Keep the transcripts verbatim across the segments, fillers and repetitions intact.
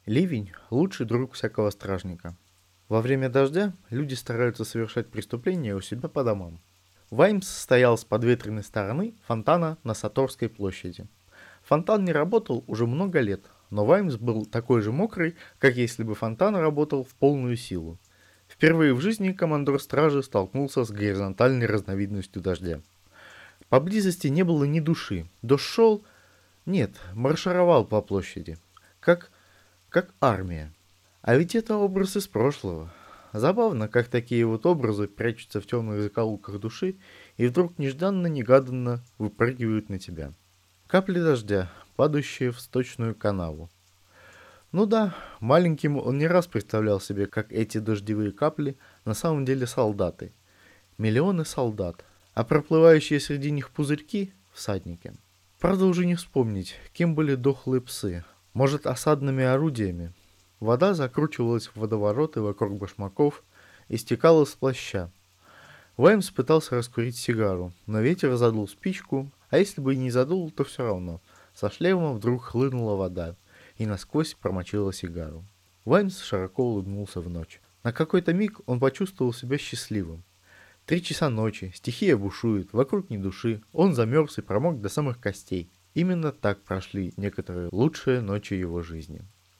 Ливень – лучший друг всякого стражника. Во время дождя люди стараются совершать преступления у себя по домам. Ваймс стоял с подветренной стороны фонтана на Саторской площади. Фонтан не работал уже много лет, но Ваймс был такой же мокрый, как если бы фонтан работал в полную силу. Впервые в жизни командор стражи столкнулся с горизонтальной разновидностью дождя. Поблизости не было ни души. Дождь шел, нет, маршировал по площади, как, как армия. А ведь это образ из прошлого. Забавно, как такие вот образы прячутся в темных закоулках души и вдруг нежданно-негаданно выпрыгивают на тебя. Капли дождя, падающие в сточную канаву. Ну да, маленьким он не раз представлял себе, как эти дождевые капли на самом деле солдаты. Миллионы солдат, а проплывающие среди них пузырьки — всадники. Правда, уже не вспомнить, кем были дохлые псы. Может, осадными орудиями. Вода закручивалась в водовороты вокруг башмаков и стекала с плаща. Ваймс пытался раскурить сигару, но ветер задул спичку, а если бы и не задул, то все равно. Со шлема вдруг хлынула вода и насквозь промочила сигару. Ваймс широко улыбнулся в ночь. На какой-то миг он почувствовал себя счастливым. Три часа ночи, стихия бушует, вокруг ни души, он замерз и промок до самых костей. Именно так прошли некоторые лучшие ночи его жизни.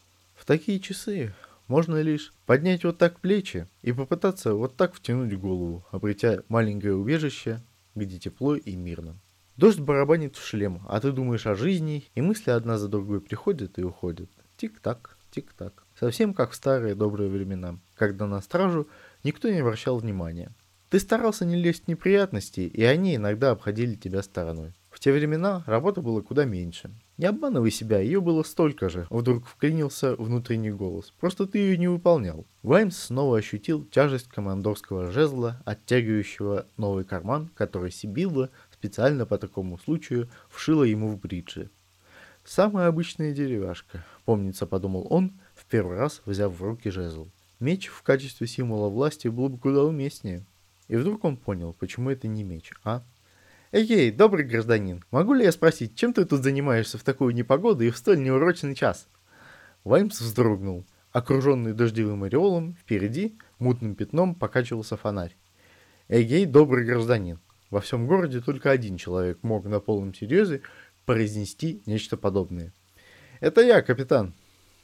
В такие часы можно лишь поднять вот так плечи и попытаться вот так втянуть голову, обретя маленькое убежище, где тепло и мирно. Дождь барабанит в шлем, а ты думаешь о жизни, и мысли одна за другой приходят и уходят. Тик-так, тик-так. Совсем как в старые добрые времена, когда на стражу никто не обращал внимания. Ты старался не лезть в неприятности, и они иногда обходили тебя стороной. В те времена работы было куда меньше. Не обманывай себя, ее было столько же. Вдруг вклинился внутренний голос. Просто ты ее не выполнял. Ваймс снова ощутил тяжесть командорского жезла, оттягивающего новый карман, который Сибилла специально по такому случаю вшила ему в бриджи. Самая обычная деревяшка, помнится, подумал он, в первый раз взяв в руки жезл. Меч в качестве символа власти был бы куда уместнее. И вдруг он понял, почему это не меч, а? «Эй, добрый гражданин, могу ли я спросить, чем ты тут занимаешься в такую непогоду и в столь неурочный час?» Ваймс вздрогнул. Окруженный дождевым ореолом, впереди мутным пятном покачивался фонарь. «Эй, добрый гражданин!» Во всем городе только один человек мог на полном серьезе произнести нечто подобное. «Это я, капитан!»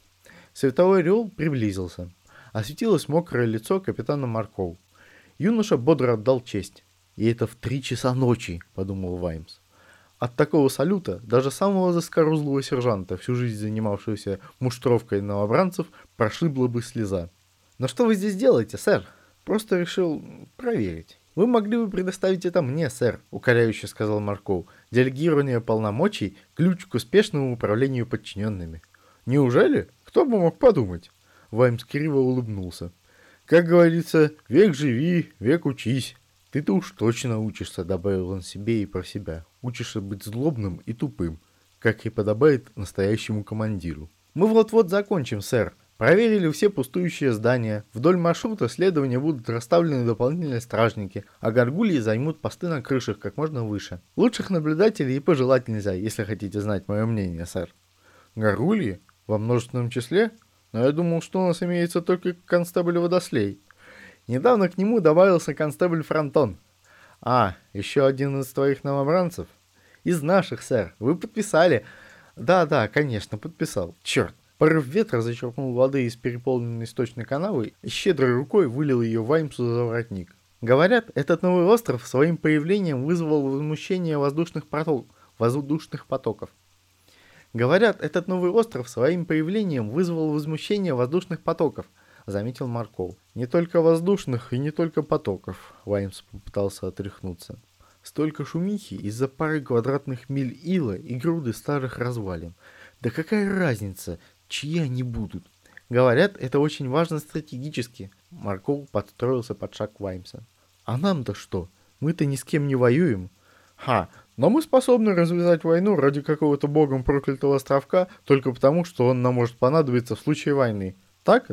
Световой ореол приблизился. Осветилось мокрое лицо капитана Марков. Юноша бодро отдал честь. «И это в три часа ночи», — подумал Ваймс. От такого салюта даже самого заскорузлого сержанта, всю жизнь занимавшегося муштровкой новобранцев, прошибла бы слеза. «Но что вы здесь делаете, сэр?» «Просто решил проверить». «Вы могли бы предоставить это мне, сэр», — укоряюще сказал Марков. «Делегирование полномочий — ключ к успешному управлению подчиненными». «Неужели? Кто бы мог подумать?» Ваймс криво улыбнулся. «Как говорится, век живи, век учись». «Ты-то уж точно учишься», — добавил он себе и про себя. «Учишься быть злобным и тупым, как и подобает настоящему командиру». «Мы вот-вот закончим, сэр. Проверили все пустующие здания. Вдоль маршрута следования будут расставлены дополнительные стражники, а горгульи займут посты на крышах как можно выше. Лучших наблюдателей и пожелать нельзя, если хотите знать мое мнение, сэр». «Горгульи? Во множественном числе? Но я думал, что у нас имеется только констебль Водослей». «Недавно к нему добавился констебль Фронтон». «А, еще один из твоих новобранцев?» «Из наших, сэр. Вы подписали». «Да-да, конечно, подписал. Черт». Порыв ветра зачерпнул воды из переполненной сточной канавы и щедрой рукой вылил ее Ваймсу за воротник. «Говорят, этот новый остров своим появлением вызвал возмущение воздушных, поток... воздушных потоков». «Говорят, этот новый остров своим появлением вызвал возмущение воздушных потоков», — заметил Марков. «Не только воздушных и не только потоков», — Ваймс попытался отряхнуться. «Столько шумихи из-за пары квадратных миль ила и груды старых развалин. Да какая разница, чьи они будут? Говорят, это очень важно стратегически». Марков подстроился под шаг Ваймса. «А нам-то что? Мы-то ни с кем не воюем». «Ха, но мы способны развязать войну ради какого-то богом проклятого островка только потому, что он нам может понадобиться в случае войны. Так, да?»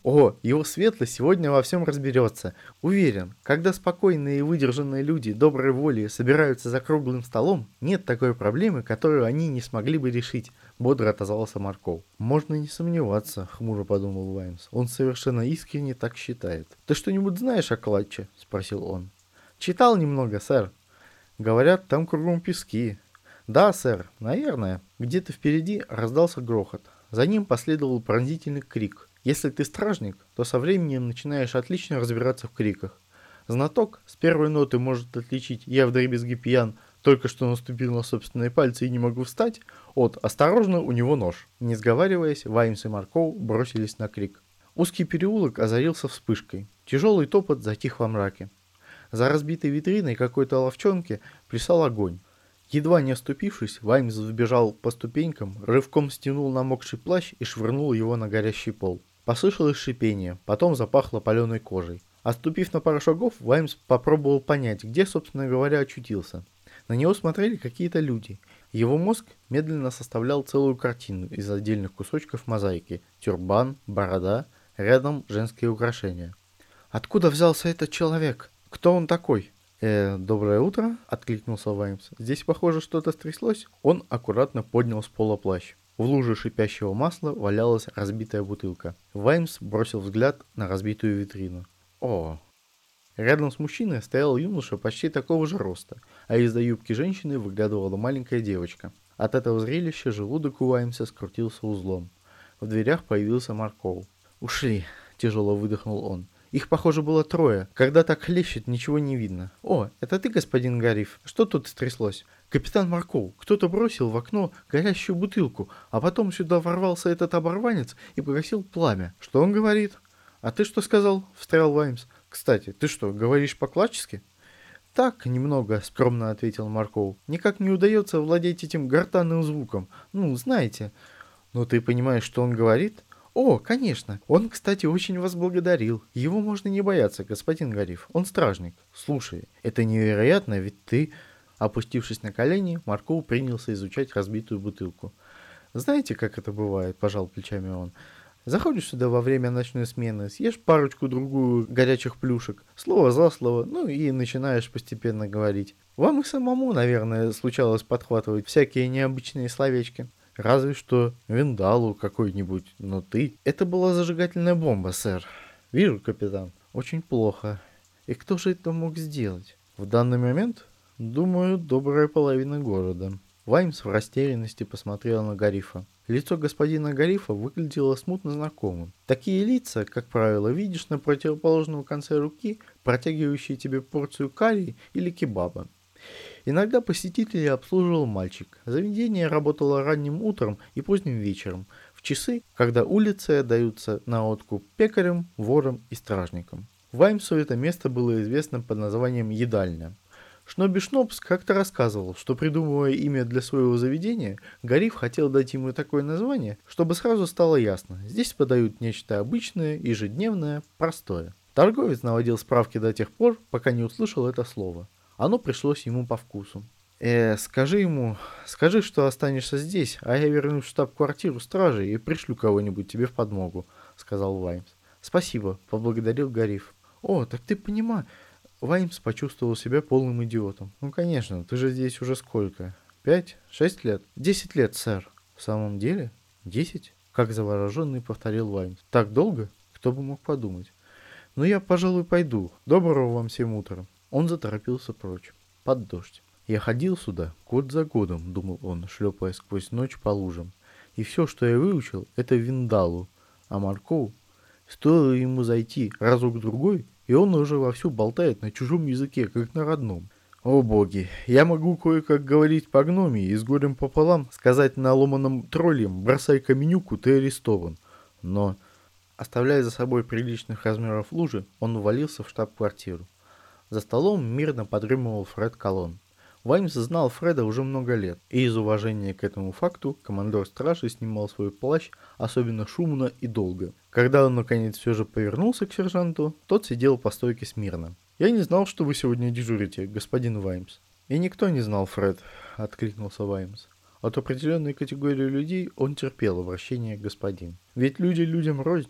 О, его светлость сегодня во всем разберется. Уверен, когда спокойные и выдержанные люди доброй воли собираются за круглым столом, нет такой проблемы, которую они не смогли бы решить, бодро отозвался Марков. Можно не сомневаться, хмуро подумал Ваймс. Он совершенно искренне так считает. Ты что-нибудь знаешь о клатче? Спросил он. Читал немного, сэр. Говорят, там кругом пески. Да, сэр, наверное. Где-то впереди раздался грохот. За ним последовал пронзительный крик. Если ты стражник, то со временем начинаешь отлично разбираться в криках. Знаток с первой ноты может отличить «я вдребезги пьян, только что наступил на собственные пальцы и не могу встать» от «осторожно, у него нож». Не сговариваясь, Ваймс и Марков бросились на крик. Узкий переулок озарился вспышкой. Тяжелый топот затих во мраке. За разбитой витриной какой-то ловчонки плясал огонь. Едва не оступившись, Ваймс вбежал по ступенькам, рывком стянул намокший плащ и швырнул его на горящий пол. Послышалось шипение, потом запахло паленой кожей. Отступив на пару шагов, Ваймс попробовал понять, где, собственно говоря, очутился. На него смотрели какие-то люди. Его мозг медленно составлял целую картину из отдельных кусочков мозаики. Тюрбан, борода, рядом женские украшения. «Откуда взялся этот человек? Кто он такой?» «Э, доброе утро», — откликнулся Ваймс. «Здесь, похоже, что-то стряслось». Он аккуратно поднял с пола плащ. В луже шипящего масла валялась разбитая бутылка. Ваймс бросил взгляд на разбитую витрину. О! Рядом с мужчиной стоял юноша почти такого же роста, а из-за юбки женщины выглядывала маленькая девочка. От этого зрелища желудок у Ваймса скрутился узлом. В дверях появился Марков. «Ушли!» — тяжело выдохнул он. «Их, похоже, было трое. Когда так хлещет, ничего не видно. О, это ты, господин Гариф? Что тут стряслось?» «Капитан Марков, кто-то бросил в окно горящую бутылку, а потом сюда ворвался этот оборванец и погасил пламя. Что он говорит?» «А ты что сказал?» — встрял Ваймс. «Кстати, ты что, говоришь по-клачески?» «Так, немного», — скромно ответил Марков. «Никак не удается владеть этим гортанным звуком. Ну, знаете». «Но ты понимаешь, что он говорит?» «О, конечно. Он, кстати, очень вас благодарил. Его можно не бояться, господин Гариф. Он стражник. Слушай, это невероятно, ведь ты...» Опустившись на колени, Марков принялся изучать разбитую бутылку. «Знаете, как это бывает?» – пожал плечами он. «Заходишь сюда во время ночной смены, съешь парочку-другую горячих плюшек, слово за слово, ну и начинаешь постепенно говорить. Вам и самому, наверное, случалось подхватывать всякие необычные словечки. Разве что виндалу какой-нибудь, но ты...» «Это была зажигательная бомба, сэр». «Вижу, капитан. Очень плохо. И кто же это мог сделать?» «В данный момент, думаю, добрая половина города». Ваймс в растерянности посмотрел на Гарифа. Лицо господина Гарифа выглядело смутно знакомым. Такие лица, как правило, видишь на противоположном конце руки, протягивающие тебе порцию карри или кебаба. Иногда посетителей обслуживал мальчик. Заведение работало ранним утром и поздним вечером, в часы, когда улицы отдаются на откуп пекарям, ворам и стражникам. Ваймсу это место было известно под названием «Едальня». Шноби Шнобс как-то рассказывал, что, придумывая имя для своего заведения, Гариф хотел дать ему такое название, чтобы сразу стало ясно, здесь подают нечто обычное, ежедневное, простое. Торговец наводил справки до тех пор, пока не услышал это слово. Оно пришлось ему по вкусу. «Э, скажи ему, скажи, что останешься здесь, а я вернусь в штаб-квартиру стражи и пришлю кого-нибудь тебе в подмогу», — сказал Ваймс. «Спасибо», — поблагодарил Гариф. «О, так ты понимаешь...» Ваймс почувствовал себя полным идиотом. «Ну, конечно, ты же здесь уже сколько? Пять? Шесть лет?» «Десять лет, сэр». «В самом деле? Десять?» Как завороженный повторил Ваймс. «Так долго? Кто бы мог подумать?» «Ну, я, пожалуй, пойду. Доброго вам всем утра». Он заторопился прочь. Под дождь. «Я ходил сюда год за годом», — думал он, шлепая сквозь ночь по лужам. «И все, что я выучил, это виндалу. А Марков, стоило ему зайти разок-другой, и он уже вовсю болтает на чужом языке, как на родном. О боги, я могу кое-как говорить по гномии и с горем пополам сказать на ломаном троллем «бросай каменюку, ты арестован». Но, оставляя за собой приличных размеров лужи, он увалился в штаб-квартиру. За столом мирно подремывал Фред Колон. Ваймс знал Фреда уже много лет, и из уважения к этому факту командор стражи снимал свой плащ особенно шумно и долго. Когда он наконец все же повернулся к сержанту, тот сидел по стойке смирно. «Я не знал, что вы сегодня дежурите, господин Ваймс». «И никто не знал, Фред», — откликнулся Ваймс. От определенной категории людей он терпел обращение «господин». Ведь люди людям рознь.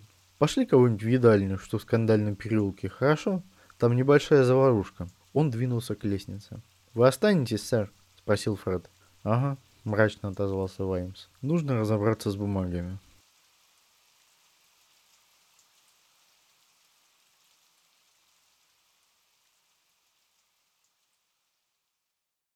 Пошли кого-нибудь в едальню, что в скандальном переулке, хорошо? Там небольшая заварушка. Он двинулся к лестнице. «Вы останетесь, сэр?» — спросил Фред. «Ага», — мрачно отозвался Ваймс. «Нужно разобраться с бумагами».